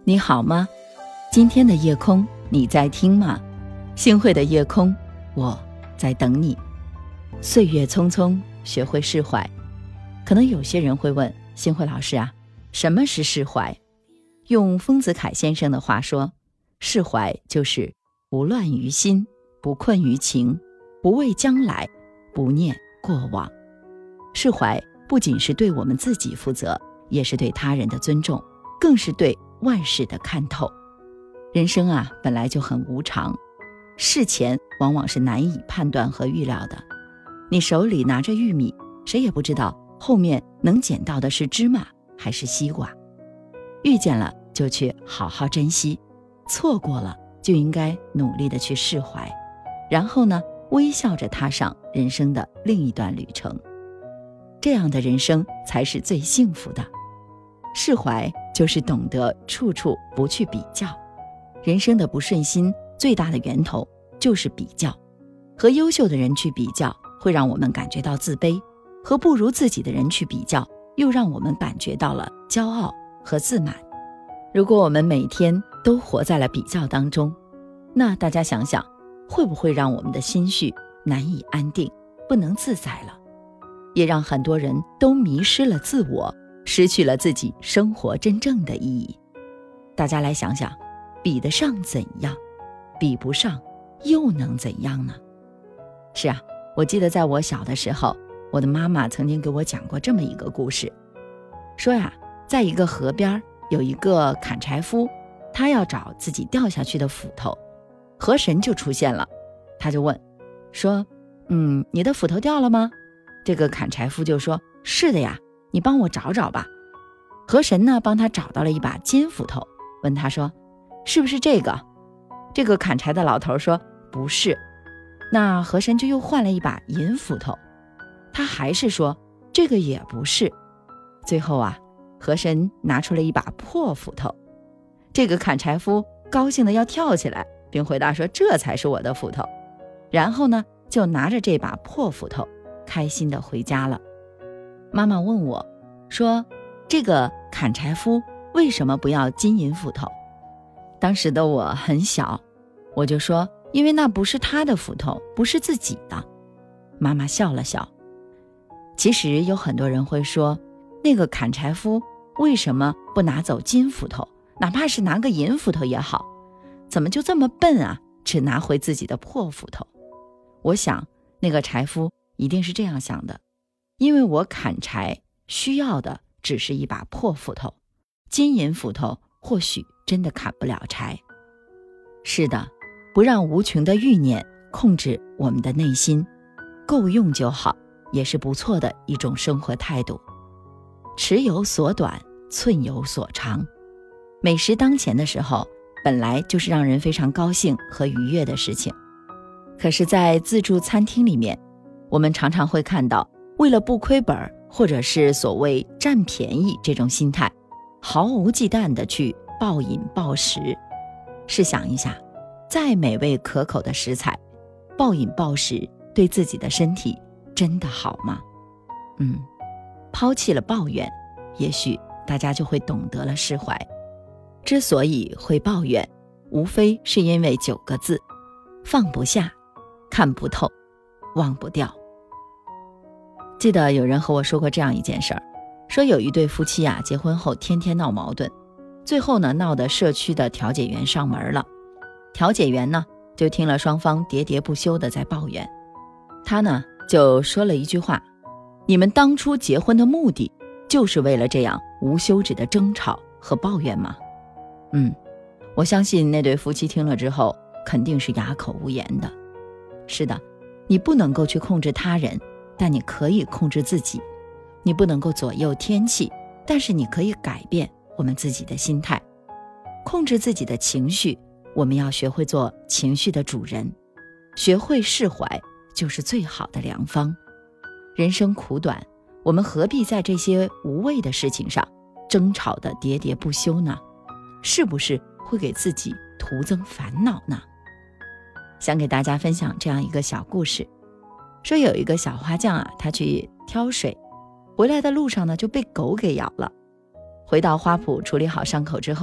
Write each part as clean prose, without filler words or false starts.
你好吗？今天的夜空你在听吗？星汇的夜空，我在等你。岁月匆匆，学会释怀。可能有些人会问，星汇老师啊，什么是释怀？用丰子恺先生的话说，释怀就是不乱于心，不困于情，不畏将来，不念过往。释怀不仅是对我们自己负责，也是对他人的尊重，更是对万事的看透。人生啊，本来就很无常，事前往往是难以判断和预料的。你手里拿着玉米，谁也不知道后面能捡到的是芝麻还是西瓜。遇见了就去好好珍惜，错过了就应该努力的去释怀，然后呢，微笑着踏上人生的另一段旅程。这样的人生才是最幸福的。释怀就是懂得处处不去比较。人生的不顺心最大的源头就是比较，和优秀的人去比较会让我们感觉到自卑，和不如自己的人去比较又让我们感觉到了骄傲和自满。如果我们每天都活在了比较当中，那大家想想，会不会让我们的心绪难以安定，不能自在了，也让很多人都迷失了自我，失去了自己生活真正的意义。大家来想想，比得上怎样？比不上又能怎样呢？是啊，我记得在我小的时候，我的妈妈曾经给我讲过这么一个故事，说呀，在一个河边有一个砍柴夫，他要找自己掉下去的斧头，河神就出现了，他就问说，你的斧头掉了吗？这个砍柴夫就说，是的呀，你帮我找找吧。河神呢，帮他找到了一把金斧头，问他说，是不是这个？这个砍柴的老头说，不是。那河神就又换了一把银斧头，他还是说，这个也不是。最后啊，河神拿出了一把破斧头。这个砍柴夫高兴的要跳起来，并回答说，这才是我的斧头。然后呢，就拿着这把破斧头开心的回家了。妈妈问我说，这个砍柴夫为什么不要金银斧头？当时的我很小，我就说，因为那不是他的斧头，不是自己的。妈妈笑了笑。其实有很多人会说，那个砍柴夫为什么不拿走金斧头，哪怕是拿个银斧头也好，怎么就这么笨啊，只拿回自己的破斧头？我想那个柴夫一定是这样想的，因为我砍柴需要的只是一把破斧头，金银斧头或许真的砍不了柴。是的，不让无穷的欲念控制我们的内心，够用就好，也是不错的一种生活态度。尺有所短，寸有所长。美食当前的时候，本来就是让人非常高兴和愉悦的事情。可是在自助餐厅里面，我们常常会看到，为了不亏本，或者是所谓占便宜这种心态，毫无忌惮地去暴饮暴食。试想一下，再美味可口的食材，暴饮暴食对自己的身体真的好吗？抛弃了抱怨，也许大家就会懂得了释怀。之所以会抱怨，无非是因为9个字：放不下，看不透，忘不掉。记得有人和我说过这样一件事儿，说有一对夫妻啊，结婚后天天闹矛盾，最后呢，闹得社区的调解员上门了。调解员呢，就听了双方喋喋不休的在抱怨，他呢就说了一句话，你们当初结婚的目的就是为了这样无休止的争吵和抱怨吗？我相信那对夫妻听了之后肯定是哑口无言的。是的，你不能够去控制他人，但你可以控制自己。你不能够左右天气，但是你可以改变我们自己的心态，控制自己的情绪。我们要学会做情绪的主人，学会释怀就是最好的良方。人生苦短，我们何必在这些无谓的事情上争吵的喋喋不休呢？是不是会给自己徒增烦恼呢？想给大家分享这样一个小故事，说有一个小花匠啊，他去挑水，回来的路上呢就被狗给咬了。回到花圃处理好伤口之后，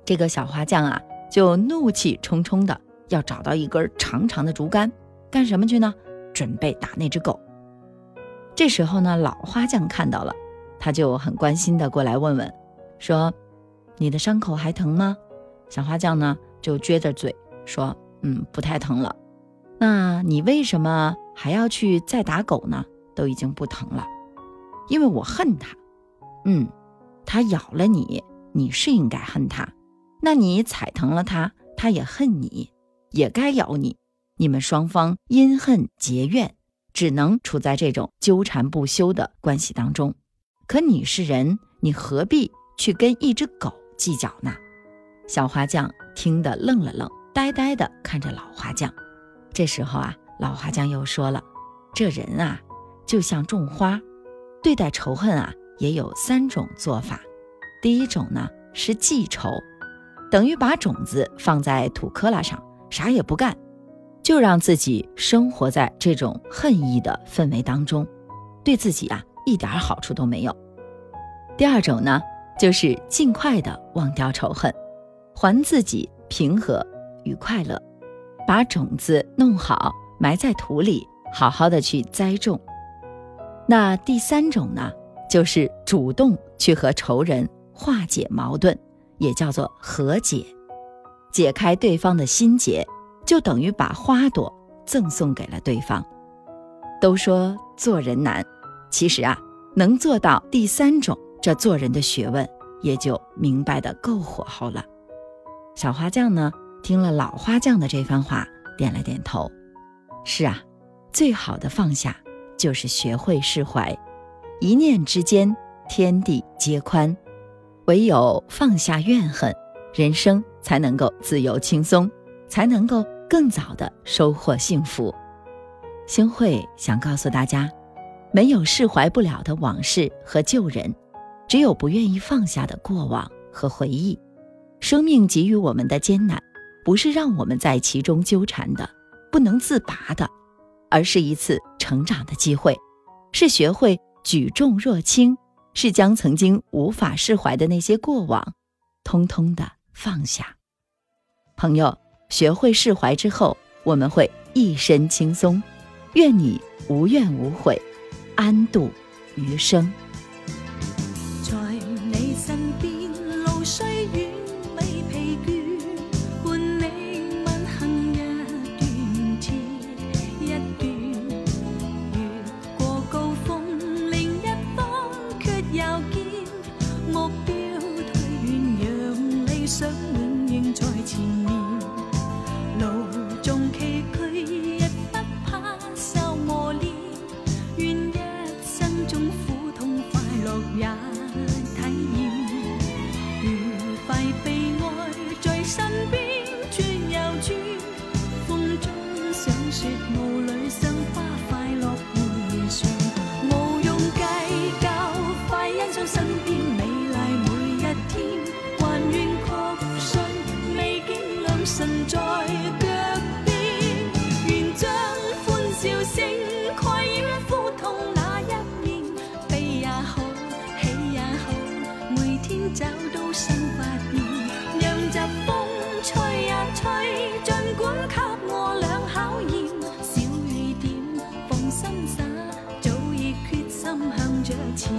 这个小花匠啊，就怒气冲冲的要找到一根长长的竹竿，干什么去呢？准备打那只狗。这时候呢，老花匠看到了，他就很关心的过来问问，说：“你的伤口还疼吗？”小花匠呢就撅着嘴说：“不太疼了。”那你为什么还要去再打狗呢？都已经不疼了。因为我恨它。它咬了你，你是应该恨它。那你踩疼了它，它也恨你，也该咬你。你们双方因恨结怨，只能处在这种纠缠不休的关系当中。可你是人，你何必去跟一只狗计较呢？小花匠听得愣了愣，呆呆地看着老花匠。这时候啊，老花匠又说了，这人啊，就像种花，对待仇恨啊，也有3种做法。第一种呢，是记仇，等于把种子放在土坷垃上，啥也不干，就让自己生活在这种恨意的氛围当中，对自己啊，一点好处都没有。第二种呢，就是尽快的忘掉仇恨，还自己平和与快乐，把种子弄好，埋在土里，好好的去栽种。那第3种呢，就是主动去和仇人化解矛盾，也叫做和解，解开对方的心结，就等于把花朵赠送给了对方。都说做人难，其实啊，能做到第3种，这做人的学问也就明白得够火候了。小花匠呢，听了老花匠的这番话，点了点头。是啊，最好的放下就是学会释怀，一念之间，天地皆宽。唯有放下怨恨，人生才能够自由轻松，才能够更早的收获幸福。星慧想告诉大家，没有释怀不了的往事和旧人，只有不愿意放下的过往和回忆。生命给予我们的艰难，不是让我们在其中纠缠的，不能自拔的，而是一次成长的机会，是学会举重若轻，是将曾经无法释怀的那些过往通通的放下。朋友，学会释怀之后，我们会一身轻松。愿你无怨无悔，安度余生。 在你身邊路雖遠未疲倦，伴你吻行一段接一段，越過高峰另一方卻又見目標退遠，讓理想永遠在前面，路縱崎嶇亦不怕受磨練，願一生中苦痛快樂也體驗，愉快悲哀在身邊轉又轉，風中想說霧裏賞花快樂迴旋，無用計較，快欣賞身邊美麗每一天，還願確信未見良辰在腳邊，願將歡笑聲蓋掩苦痛那一面，悲也好，喜也好，每天找到新發現，讓疾風吹呀吹，儘管給我倆考驗，小雨點放心灑，早已決心向着前。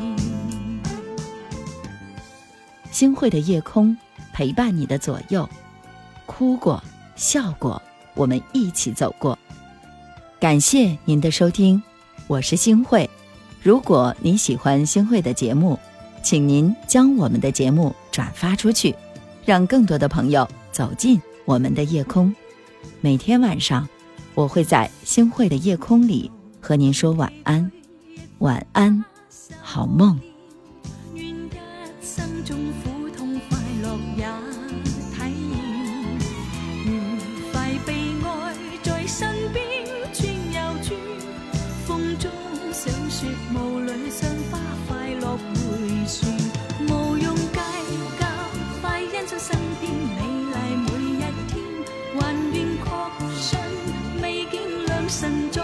星慧的夜空陪伴你的左右，哭过笑过，我们一起走过。感谢您的收听，我是星慧。如果您喜欢星慧的节目，请您将我们的节目转发出去，让更多的朋友走进我们的夜空。每天晚上，我会在星慧的夜空里和您說晚安，晚安，好夢。 願一生中苦痛快樂也體驗，愉快悲哀在身邊轉又轉，風中想說霧裏賞花快樂迴旋，無用計較，快欣賞身邊美麗每一天，還願確信未見良辰在